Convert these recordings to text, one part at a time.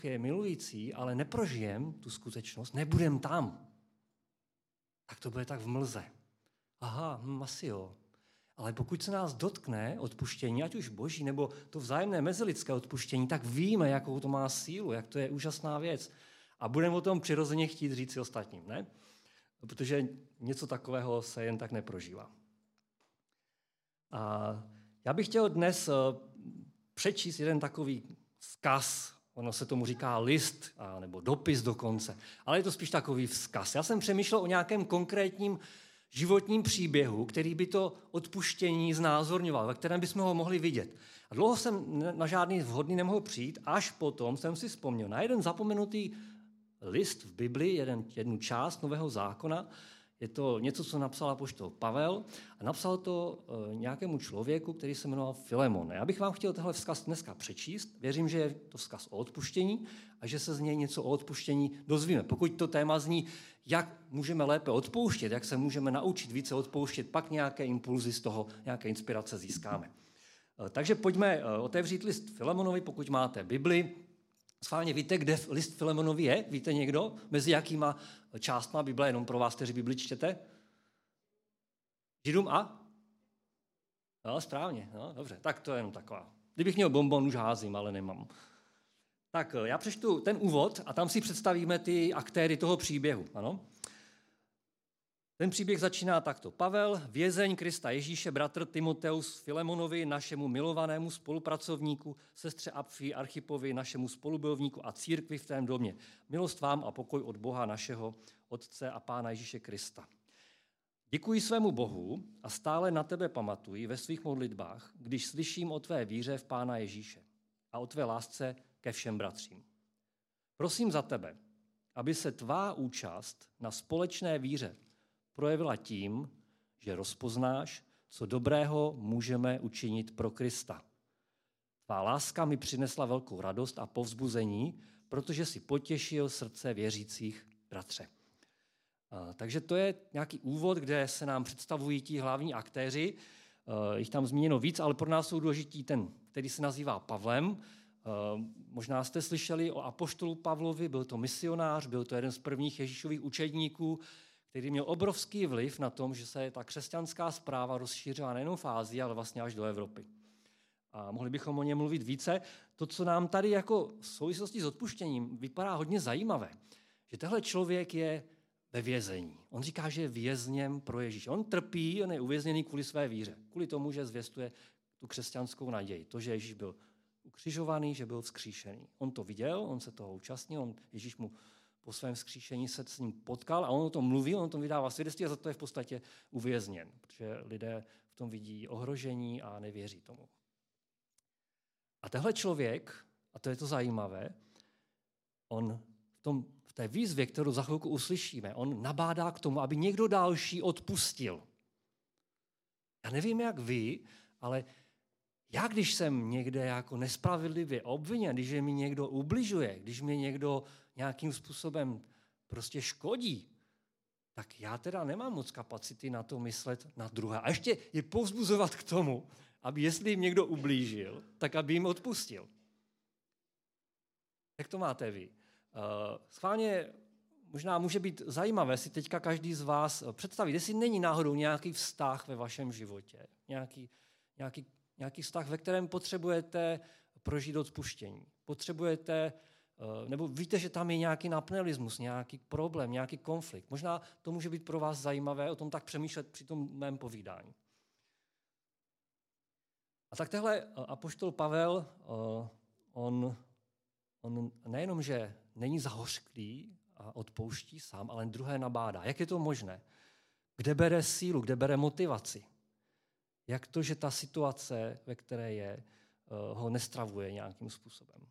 je milující, ale neprožijem tu skutečnost, nebudem tam, tak to bude tak v mlze. Aha, asi jo. Ale pokud se nás dotkne odpuštění, ať už boží, nebo to vzájemné mezilidské odpuštění, tak víme, jakou to má sílu, jak to je úžasná věc. A budeme o tom přirozeně chtít říct si ostatním, ne? Protože něco takového se jen tak neprožívá. A já bych chtěl dnes přečíst jeden takový vzkaz. Ono se tomu říká list, nebo dopis dokonce. Ale je to spíš takový vzkaz. Já jsem přemýšlel o nějakém konkrétním životním příběhu, který by to odpuštění znázorňoval, ve kterém bychom ho mohli vidět. A dlouho jsem na žádný vhodný nemohl přijít, až potom jsem si vzpomněl na jeden zapomenutý list v Biblii, jednu část Nového zákona. Je to něco, co napsal apoštol Pavel a napsal to nějakému člověku, který se jmenoval Filemon. Já bych vám chtěl tenhle vzkaz dneska přečíst. Věřím, že je to vzkaz o odpuštění a že se z něj něco o odpuštění dozvíme. Pokud to téma zní, jak můžeme lépe odpouštět, jak se můžeme naučit více odpouštět, pak nějaké impulzy z toho, nějaké inspirace získáme. Takže pojďme otevřít list Filemonovi, pokud máte Bibli. Schválně víte, kde list Filemonovi je? Víte někdo? Mezi jakýma částma Bible, jenom pro vás, kteří Bibli čtete? Židům a? No, správně, no, dobře, tak to je jenom taková. Kdybych měl bonbon, už házím, ale nemám. Tak já přečtu ten úvod a tam si představíme ty aktéry toho příběhu, ano? Ten příběh začíná takto. Pavel, vězeň Krista Ježíše, bratr Timoteus Filemonovi, našemu milovanému spolupracovníku, sestře Apfii Archipovi, našemu spolubojovníku a církvi v tém domě. Milost vám a pokoj od Boha našeho Otce a Pána Ježíše Krista. Děkuji svému Bohu a stále na tebe pamatuji ve svých modlitbách, když slyším o tvé víře v Pána Ježíše a o tvé lásce ke všem bratřím. Prosím za tebe, aby se tvá účast na společné víře projevila tím, že rozpoznáš, co dobrého můžeme učinit pro Krista. Tvá láska mi přinesla velkou radost a povzbuzení, protože si potěšil srdce věřících bratře. Takže to je nějaký úvod, kde se nám představují ti hlavní aktéři. Jich tam zmíněno víc, ale pro nás jsou důležitý ten, který se nazývá Pavlem. Možná jste slyšeli o apoštolu Pavlovi, byl to misionář, byl to jeden z prvních Ježíšových učedníků, který měl obrovský vliv na tom, že se ta křesťanská správa rozšířila nejenom v Ázii, ale vlastně až do Evropy. A mohli bychom o něm mluvit více. To, co nám tady jako v souvislosti s odpuštěním vypadá hodně zajímavé, že tenhle člověk je ve vězení. On říká, že je vězněm pro Ježíše. On trpí, on je uvězněný kvůli své víře. Kvůli tomu, že zvěstuje tu křesťanskou naději. To, že Ježíš byl ukřižovaný, že byl vzkříšený. On to viděl, on se toho účastnil, Ježíš mu po svém vzkříšení se s ním potkal a on o tom mluví, on o tom vydává svědectví a za to je v podstatě uvězněn, protože lidé v tom vidí ohrožení a nevěří tomu. A tenhle člověk, a to je to zajímavé, on v té výzvě, kterou za chvilku uslyšíme, on nabádá k tomu, aby někdo další odpustil. Já nevím, jak vy, ale já, když jsem někde jako nespravedlivě obviněn, když mi někdo ubližuje, když mi někdo nějakým způsobem prostě škodí, tak já teda nemám moc kapacity na to myslet na druhé. A ještě je povzbuzovat k tomu, aby jestli jim někdo ublížil, tak aby jim odpustil. Jak to máte vy? Schválně možná může být zajímavé si teďka každý z vás představit, jestli není náhodou nějaký vztah ve vašem životě, nějaký vztah, ve kterém potřebujete prožít odpuštění. Potřebujete, nebo víte, že tam je nějaký napnelismus, nějaký problém, nějaký konflikt. Možná to může být pro vás zajímavé o tom tak přemýšlet při tom mém povídání. A tak tehle apoštol Pavel, on nejenom, že není zahořklý a odpouští sám, ale druhé nabádá. Jak je to možné? Kde bere sílu, kde bere motivaci? Jak to, že ta situace, ve které je, ho nestravuje nějakým způsobem?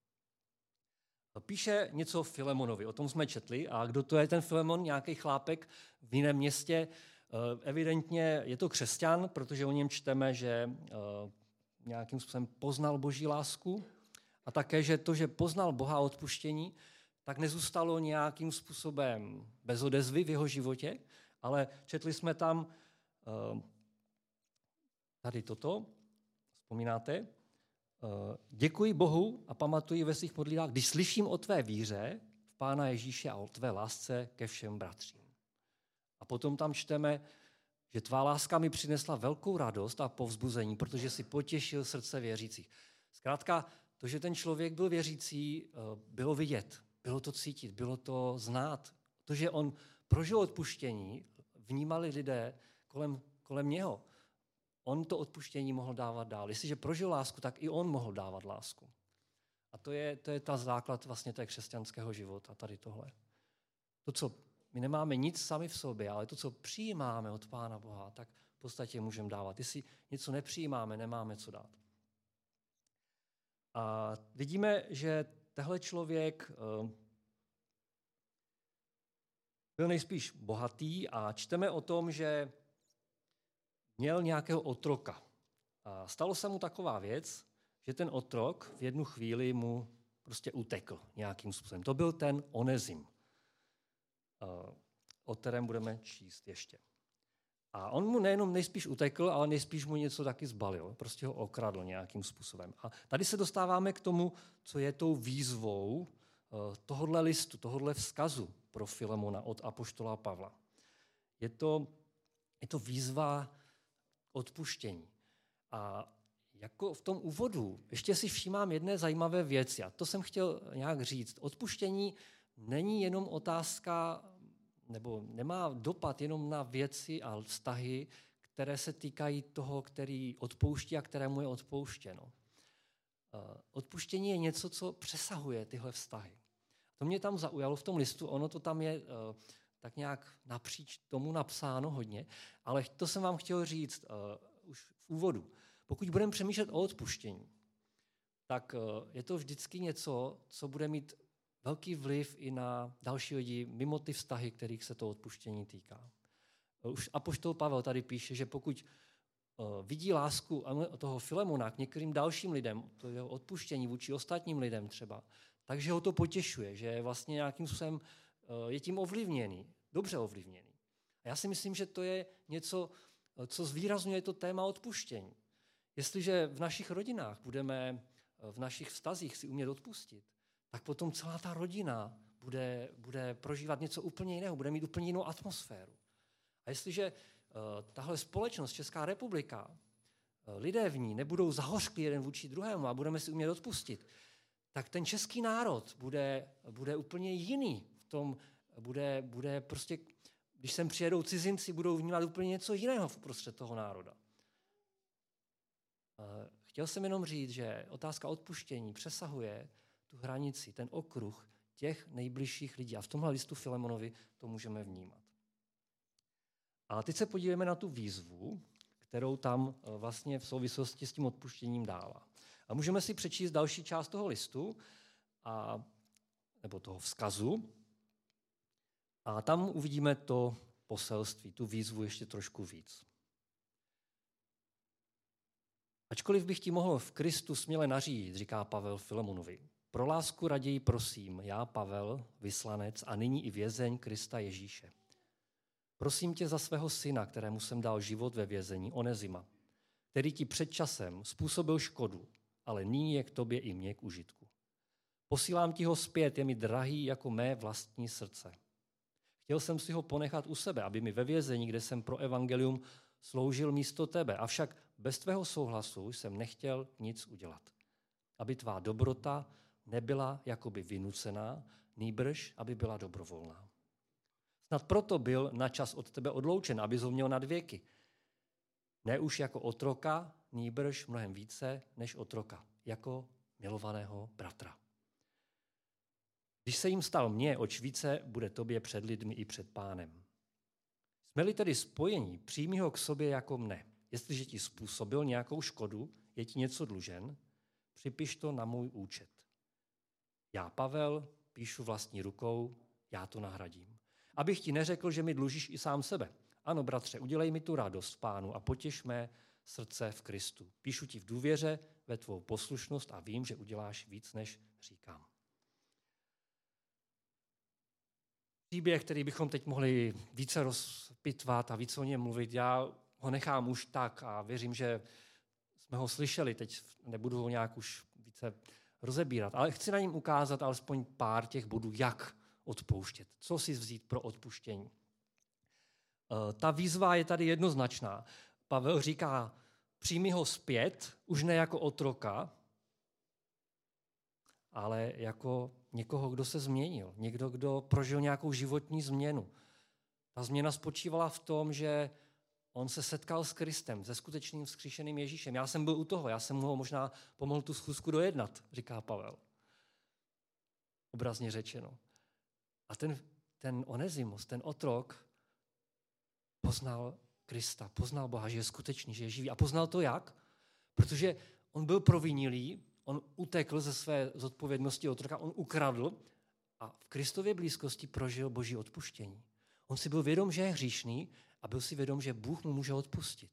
Píše něco Filemonovi, o tom jsme četli. A kdo to je ten Filemon? Nějaký chlápek v jiném městě. Evidentně je to křesťan, protože o něm čteme, že nějakým způsobem poznal Boží lásku a také, že to, že poznal Boha a odpuštění, tak nezůstalo nějakým způsobem bez odezvy v jeho životě, ale četli jsme tam tady toto, vzpomínáte? Děkuji Bohu a pamatuji ve svých modlitbách, když slyším o tvé víře v Pána Ježíše a o tvé lásce ke všem bratřím. A potom tam čteme, že tvá láska mi přinesla velkou radost a povzbuzení, protože si potěšil srdce věřících. Zkrátka, to, že ten člověk byl věřící, bylo vidět, bylo to cítit, bylo to znát. To, že on prožil odpuštění, vnímali lidé kolem něho. On to odpuštění mohl dávat dál. Jestliže prožil lásku, tak i on mohl dávat lásku. A to je ta základ vlastně té křesťanského života, tady tohle. To, co my nemáme nic sami v sobě, ale to, co přijímáme od Pána Boha, tak v podstatě můžeme dávat. Jestli něco nepřijímáme, nemáme co dát. A vidíme, že tehle člověk byl nejspíš bohatý a čteme o tom, že měl nějakého otroka. A stalo se mu taková věc, že ten otrok v jednu chvíli mu prostě utekl nějakým způsobem. To byl ten Onezim, o kterém budeme číst ještě. A on mu nejenom nejspíš utekl, ale nejspíš mu něco taky zbalil, prostě ho okradl nějakým způsobem. A tady se dostáváme k tomu, co je tou výzvou tohodle listu, tohodle vzkazu pro Filemona od apoštola Pavla. Je to výzva odpuštění. A jako v tom úvodu ještě si všímám jedné zajímavé věci. A to jsem chtěl nějak říct. Odpuštění není jenom otázka, nebo nemá dopad jenom na věci a vztahy, které se týkají toho, který odpouští a kterému je odpouštěno. Odpuštění je něco, co přesahuje tyhle vztahy. To mě tam zaujalo v tom listu, ono to tam je tak nějak napříč tomu napsáno hodně, ale to jsem vám chtěl říct už v úvodu. Pokud budeme přemýšlet o odpuštění, tak je to vždycky něco, co bude mít velký vliv i na další lidi mimo ty vztahy, kterých se to odpuštění týká. Už apoštol Pavel tady píše, že pokud vidí lásku toho Filemona k některým dalším lidem, to jeho odpuštění vůči ostatním lidem třeba, takže ho to potěšuje, že vlastně nějakým způsobem je tím ovlivněný, dobře ovlivněný. A já si myslím, že to je něco, co zvýrazňuje to téma odpuštění. Jestliže v našich rodinách budeme v našich vztazích si umět odpustit, tak potom celá ta rodina bude prožívat něco úplně jiného, bude mít úplně jinou atmosféru. A jestliže tahle společnost, Česká republika, lidé v ní nebudou zahořklí jeden vůči druhému a budeme si umět odpustit, tak ten český národ bude úplně jiný. V tom bude prostě, když sem přijedou cizinci, budou vnímat úplně něco jiného vprostřed toho národa. Chtěl jsem jenom říct, že otázka odpuštění přesahuje tu hranici, ten okruh těch nejbližších lidí. A v tomhle listu Filemonovi to můžeme vnímat. A teď se podíváme na tu výzvu, kterou tam vlastně v souvislosti s tím odpuštěním dává. A můžeme si přečíst další část toho listu, nebo toho vzkazu, a tam uvidíme to poselství, tu výzvu ještě trošku víc. Ačkoliv bych ti mohl v Kristu směle nařídit, říká Pavel Filemonovi, pro lásku raději prosím, já Pavel, vyslanec a nyní i vězeň Krista Ježíše. Prosím tě za svého syna, kterému jsem dal život ve vězení, Onezima, který ti před časem způsobil škodu, ale nyní je k tobě i mně k užitku. Posílám ti ho zpět, je mi drahý jako mé vlastní srdce. Chtěl jsem si ho ponechat u sebe, aby mi ve vězení, kde jsem pro evangelium sloužil místo tebe, avšak bez tvého souhlasu jsem nechtěl nic udělat. Aby tvá dobrota nebyla jakoby vynucená, nýbrž, aby byla dobrovolná. Snad proto byl na čas od tebe odloučen, abys ho měl nad věky. Ne už jako otroka, nýbrž mnohem více než otroka, jako milovaného bratra. Když se jim stal mně, oč více bude tobě před lidmi i před Pánem. Jsme-li tedy spojení, přijmi ho k sobě jako mne. Jestliže ti způsobil nějakou škodu, je ti něco dlužen, připiš to na můj účet. Já, Pavel, píšu vlastní rukou, já to nahradím. Abych ti neřekl, že mi dlužíš i sám sebe. Ano, bratře, udělej mi tu radost v Pánu a potěš mé srdce v Kristu. Píšu ti v důvěře ve tvou poslušnost a vím, že uděláš víc, než říkám. Příběh, který bychom teď mohli více rozpitvat a více o něm mluvit, já ho nechám už tak a věřím, že jsme ho slyšeli, teď nebudu ho nějak už více rozebírat, ale chci na něm ukázat alespoň pár těch bodů, jak odpouštět, co si vzít pro odpuštění. Ta výzva je tady jednoznačná. Pavel říká, přijmi ho zpět, už ne jako otroka, ale jako někoho, kdo se změnil, někdo, kdo prožil nějakou životní změnu. Ta změna spočívala v tom, že on se setkal s Kristem, se skutečným vzkříšeným Ježíšem. Já jsem byl u toho, já jsem mu ho možná pomohl tu schůzku dojednat, říká Pavel. Obrazně řečeno. A ten Onezimos, ten otrok, poznal Krista, poznal Boha, že je skutečný, že je živý. A poznal to jak? Protože on byl provinilý, on utekl ze své zodpovědnosti otroka, on ukradl a v Kristově blízkosti prožil Boží odpuštění. On si byl vědom, že je hříšný a byl si vědom, že Bůh mu může odpustit.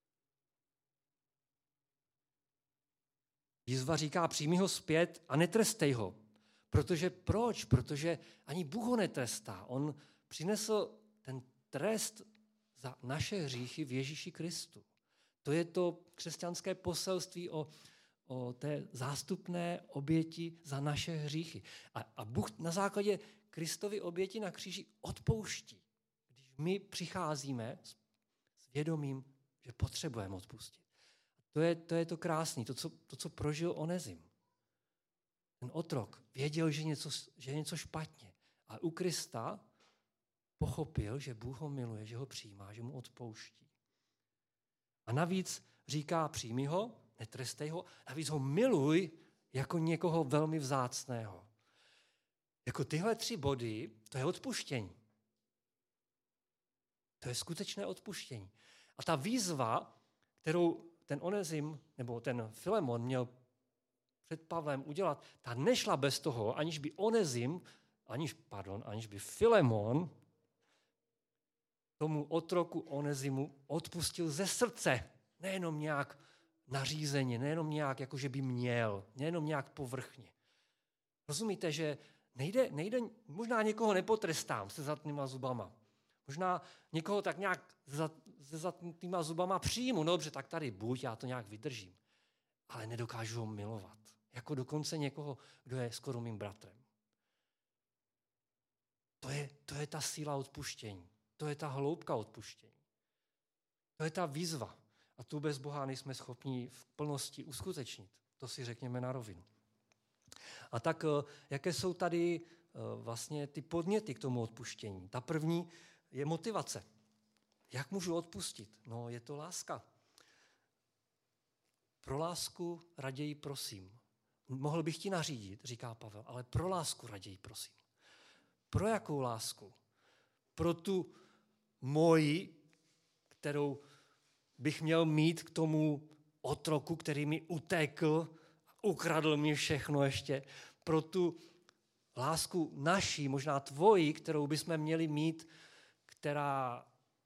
Výzva říká, přijmi ho zpět a netrestej ho. Protože proč? Protože ani Bůh ho netrestá. On přinesl ten trest za naše hříchy v Ježíši Kristu. To je to křesťanské poselství o té zástupné oběti za naše hříchy. A Bůh na základě Kristovy oběti na kříži odpouští. Když my přicházíme s vědomím, že potřebujeme odpustit. To je to krásné, to, co prožil Onezim. Ten otrok věděl, že je něco špatně. A u Krista pochopil, že Bůh ho miluje, že ho přijímá, že mu odpouští. A navíc říká, přijmi ho, netrestej ho, navíc ho miluj jako někoho velmi vzácného. Jako tyhle 3 body, to je odpuštění. To je skutečné odpuštění. A ta výzva, kterou ten Onezim, nebo ten Filemon měl před Pavlem udělat, ta nešla bez toho, aniž by Filemon tomu otroku Onezimu odpustil ze srdce. Nejenom nějak nařízeně, nejenom nějak, jako že by měl, nejenom nějak povrchně. Rozumíte, že nejde, možná někoho nepotrestám se zatnýma zubama. Možná někoho tak nějak se zatnýma zubama přijmu. No dobře, tak tady buď, já to nějak vydržím. Ale nedokážu ho milovat. Jako dokonce někoho, kdo je skoro mým bratrem. To je ta síla odpuštění. To je ta hloubka odpuštění. To je ta výzva. A tu bez Boha nejsme schopni v plnosti uskutečnit. To si řekněme na rovinu. A tak, jaké jsou tady vlastně ty podněty k tomu odpuštění? Ta první je motivace. Jak můžu odpustit? No, je to láska. Pro lásku raději prosím. Mohl bych ti nařídit, říká Pavel, ale pro lásku raději prosím. Pro jakou lásku? Pro tu moji, kterou bych měl mít k tomu otroku, který mi utekl, ukradl mi všechno ještě. Pro tu lásku naší, možná tvoji, kterou bychom měli mít, která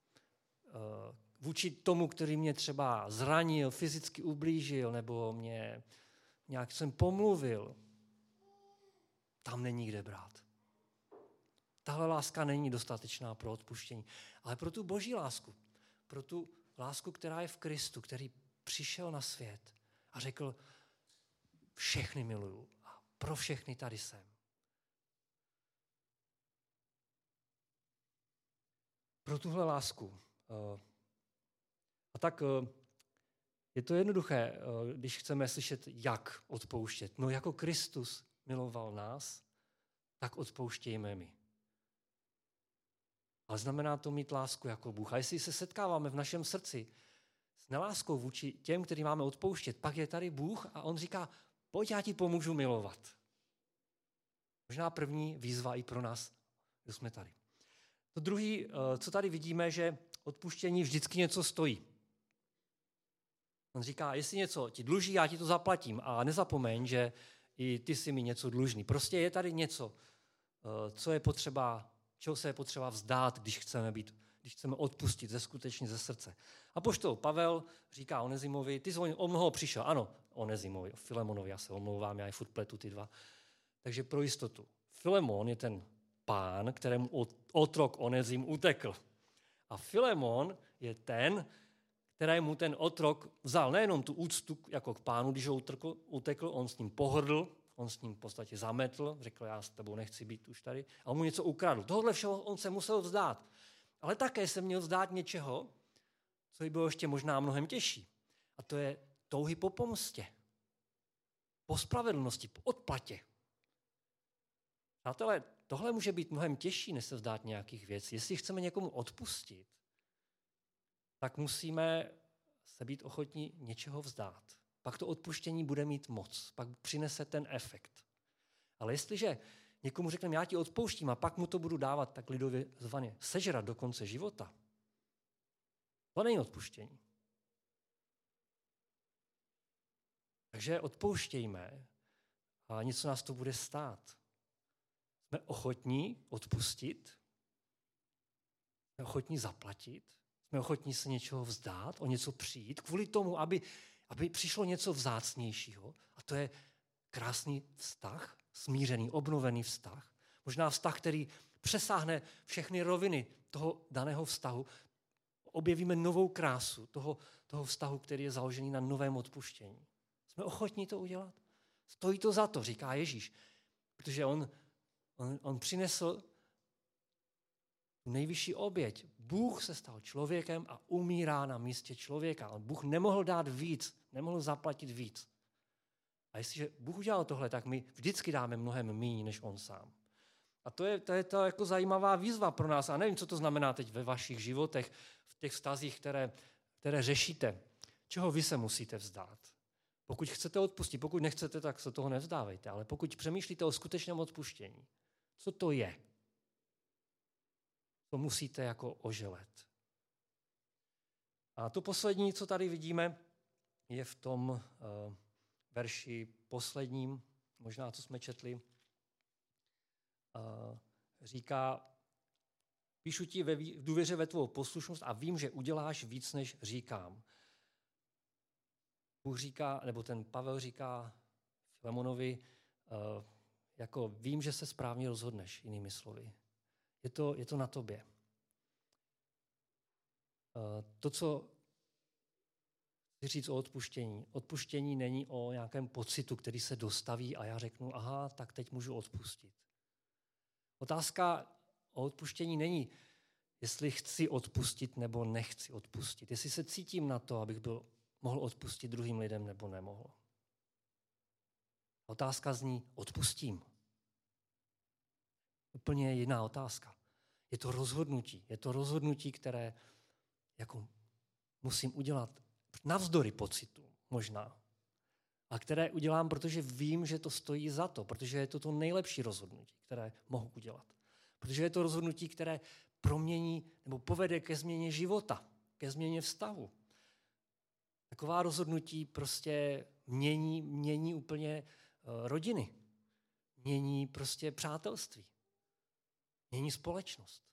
vůči tomu, který mě třeba zranil, fyzicky ublížil, nebo mě nějak jsem pomluvil, tam není kde brát. Tahle láska není dostatečná pro odpuštění, ale pro tu boží lásku, pro tu lásku, která je v Kristu, který přišel na svět a řekl, všechny miluju a pro všechny tady jsem. Pro tuhle lásku. A tak je to jednoduché, když chceme slyšet, jak odpouštět. No jako Kristus miloval nás, tak odpouštějme my. Ale znamená to mít lásku jako Bůh. A jestli se setkáváme v našem srdci s neláskou vůči těm, který máme odpouštět, pak je tady Bůh a on říká, pojď, já ti pomůžu milovat. Možná první výzva i pro nás, kdo jsme tady. To druhý, co tady vidíme, že odpuštění vždycky něco stojí. On říká, jestli něco ti dluží, já ti to zaplatím. A nezapomeň, že i ty jsi mi něco dlužný. Prostě je tady něco, co je potřeba, čeho se je potřeba vzdát, když chceme odpustit skutečně ze srdce. Apoštol Pavel říká Onezimovi, ty jsi o mnoho přišel. Ano, Onezimovi, Filemonovi, já se omlouvám, já je furt pletu ty dva. Takže pro jistotu. Filemon je ten pán, kterému otrok Onezim utekl. A Filemon je ten, kterému ten otrok vzal nejenom tu úctu jako k pánu, když ho utekl, on s ním pohrdl, on s ním v podstatě zametl, řekl, já s tebou nechci být už tady, a on mu něco ukradl. Tohle všeho on se musel vzdát. Ale také se měl vzdát něčeho, co by bylo ještě možná mnohem těžší. A to je touhy po pomstě, po spravedlnosti, po odplatě. Přátelé, tohle může být mnohem těžší, než se vzdát nějakých věcí. Jestli chceme někomu odpustit, tak musíme se být ochotní něčeho vzdát. Pak to odpuštění bude mít moc, pak přinese ten efekt. Ale jestliže někomu řekneme, já ti odpouštím a pak mu to budu dávat tak lidově zvaně sežrat do konce života, to není odpuštění. Takže odpouštějme a něco nás to bude stát. Jsme ochotní odpustit, jsme ochotní zaplatit, jsme ochotní se něčeho vzdát, o něco přijít, kvůli tomu, aby přišlo něco vzácnějšího. A to je krásný vztah, smířený, obnovený vztah. Možná vztah, který přesáhne všechny roviny toho daného vztahu. Objevíme novou krásu toho vztahu, který je založený na novém odpuštění. Jsme ochotní to udělat? Stojí to za to, říká Ježíš. Protože on přinesl tu nejvyšší oběť. Bůh se stal člověkem a umírá na místě člověka. Bůh nemohl dát víc, nemohl zaplatit víc. A jestliže Bůh udělal tohle, tak my vždycky dáme mnohem méně než on sám. A to je jako zajímavá výzva pro nás. A nevím, co to znamená teď ve vašich životech, v těch vztazích, které řešíte. Čeho vy se musíte vzdát? Pokud chcete odpustit, pokud nechcete, tak se toho nevzdávejte. Ale pokud přemýšlíte o skutečném odpuštění, co to je? To musíte jako oželet. A to poslední, co tady vidíme, je v tom verši posledním, možná co jsme četli, říká, píšu ti v důvěře ve tvou poslušnost a vím, že uděláš víc, než říkám. Bůh říká, nebo ten Pavel říká Filemonovi, jako vím, že se správně rozhodneš, jinými slovy. Je to na tobě. To, co chci říct o odpuštění. Odpuštění není o nějakém pocitu, který se dostaví a já řeknu, aha, tak teď můžu odpustit. Otázka o odpuštění není, jestli chci odpustit nebo nechci odpustit. Jestli se cítím na to, abych mohl odpustit druhým lidem nebo nemohl. Otázka zní, odpustím. Úplně jiná otázka. Je to rozhodnutí. Je to rozhodnutí, které jako musím udělat navzdory pocitu možná. A které udělám, protože vím, že to stojí za to. Protože je to nejlepší rozhodnutí, které mohu udělat. Protože je to rozhodnutí, které promění nebo povede ke změně života, ke změně vztahu. Taková rozhodnutí prostě mění úplně rodiny. Mění prostě přátelství. Mění společnost.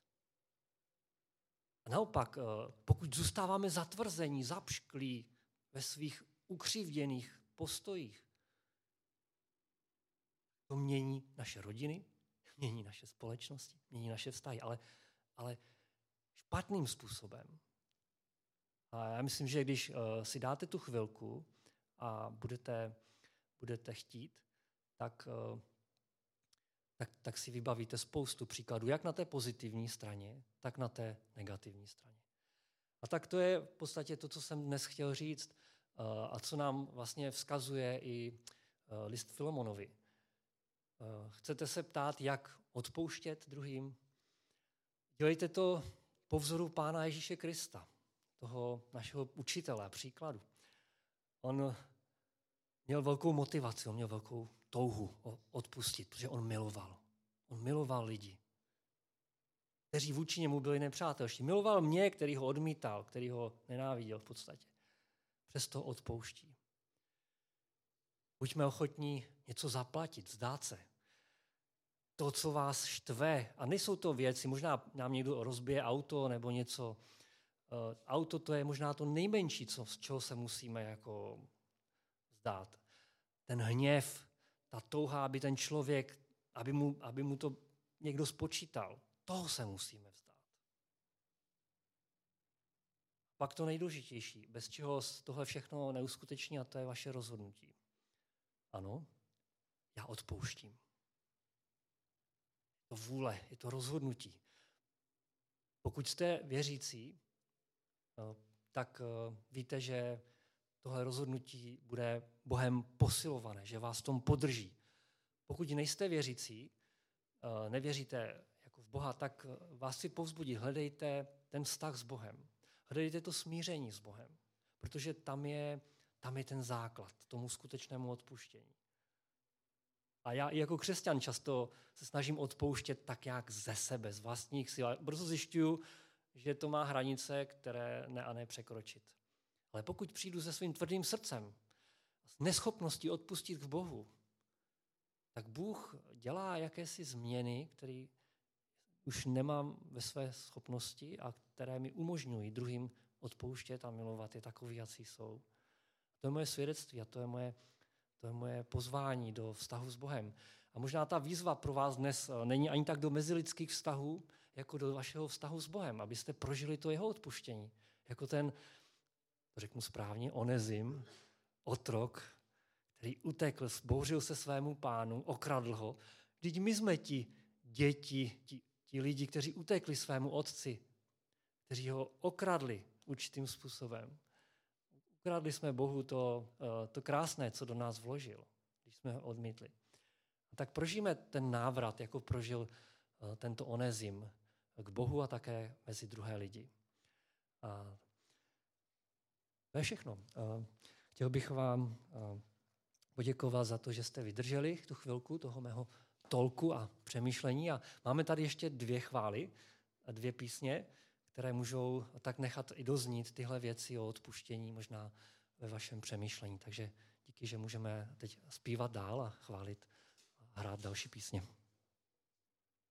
A naopak, pokud zůstáváme zatvrzení, zapšklí ve svých ukřivděných postojích, to mění naše rodiny, mění naše společnosti, mění naše vztahy, ale špatným způsobem. A já myslím, že když si dáte tu chvilku a budete chtít, tak si vybavíte spoustu příkladů, jak na té pozitivní straně, tak na té negativní straně. A tak to je v podstatě to, co jsem dnes chtěl říct a co nám vlastně vzkazuje i list Filemonovi. Chcete se ptát, jak odpouštět druhým? Dělejte to po vzoru Pána Ježíše Krista, toho našeho učitele a příkladu. On měl velkou motivaci, on měl velkou touhu odpustit, protože on miloval. On miloval lidi, kteří vůči němu byli nepřátelští. Miloval mě, který ho odmítal, který ho nenáviděl v podstatě. Přesto odpouští. Buďme ochotní něco zaplatit, vzdát se. To, co vás štve, a nejsou to věci, možná nám někdo rozbije auto nebo něco. Auto to je možná to nejmenší, z čeho se musíme jako vzdát. Ten hněv, ta touha, aby ten člověk, aby mu to někdo spočítal, toho se musíme vzdát. pak to nejdůležitější, bez čeho tohle všechno neuskuteční, a to je vaše rozhodnutí. Ano, já odpouštím. Je to vůle, je to rozhodnutí. Pokud jste věřící, tak víte, že tohle rozhodnutí bude Bohem posilované, že vás v tom podrží. Pokud nejste věřící, nevěříte jako v Boha, tak vás si povzbudí. Hledejte ten vztah s Bohem. Hledejte to smíření s Bohem, protože tam je ten základ tomu skutečnému odpuštění. A já i jako křesťan často se snažím odpouštět tak jak ze sebe, z vlastních sil. Brzo zjišťuju, že to má hranice, které ne a ne překročit. Ale pokud přijdu se svým tvrdým srdcem, s neschopností odpustit k Bohu, tak Bůh dělá jakési změny, které už nemám ve své schopnosti a které mi umožňují druhým odpouštět a milovat je takový, jací jsou. To je moje svědectví a to je moje pozvání do vztahu s Bohem. A možná ta výzva pro vás dnes není ani tak do mezilidských vztahů, jako do vašeho vztahu s Bohem, abyste prožili to jeho odpuštění. Jako ten, řeknu správně, Onezim, otrok, který utekl, zbouřil se svému pánu, okradl ho. Vždyť my jsme ti děti, ti lidi, kteří utekli svému otci, kteří ho okradli určitým způsobem. Ukradli jsme Bohu to krásné, co do nás vložil, když jsme ho odmítli. A tak prožijeme ten návrat, jako prožil tento Onezim k Bohu a také mezi druhé lidi. A to je všechno. Chtěl bych vám poděkovat za to, že jste vydrželi tu chvilku toho mého tolku a přemýšlení. A máme tady ještě 2 chvály a 2 písně, které můžou tak nechat i doznít tyhle věci o odpuštění možná ve vašem přemýšlení. Takže díky, že můžeme teď zpívat dál a chválit a hrát další písně.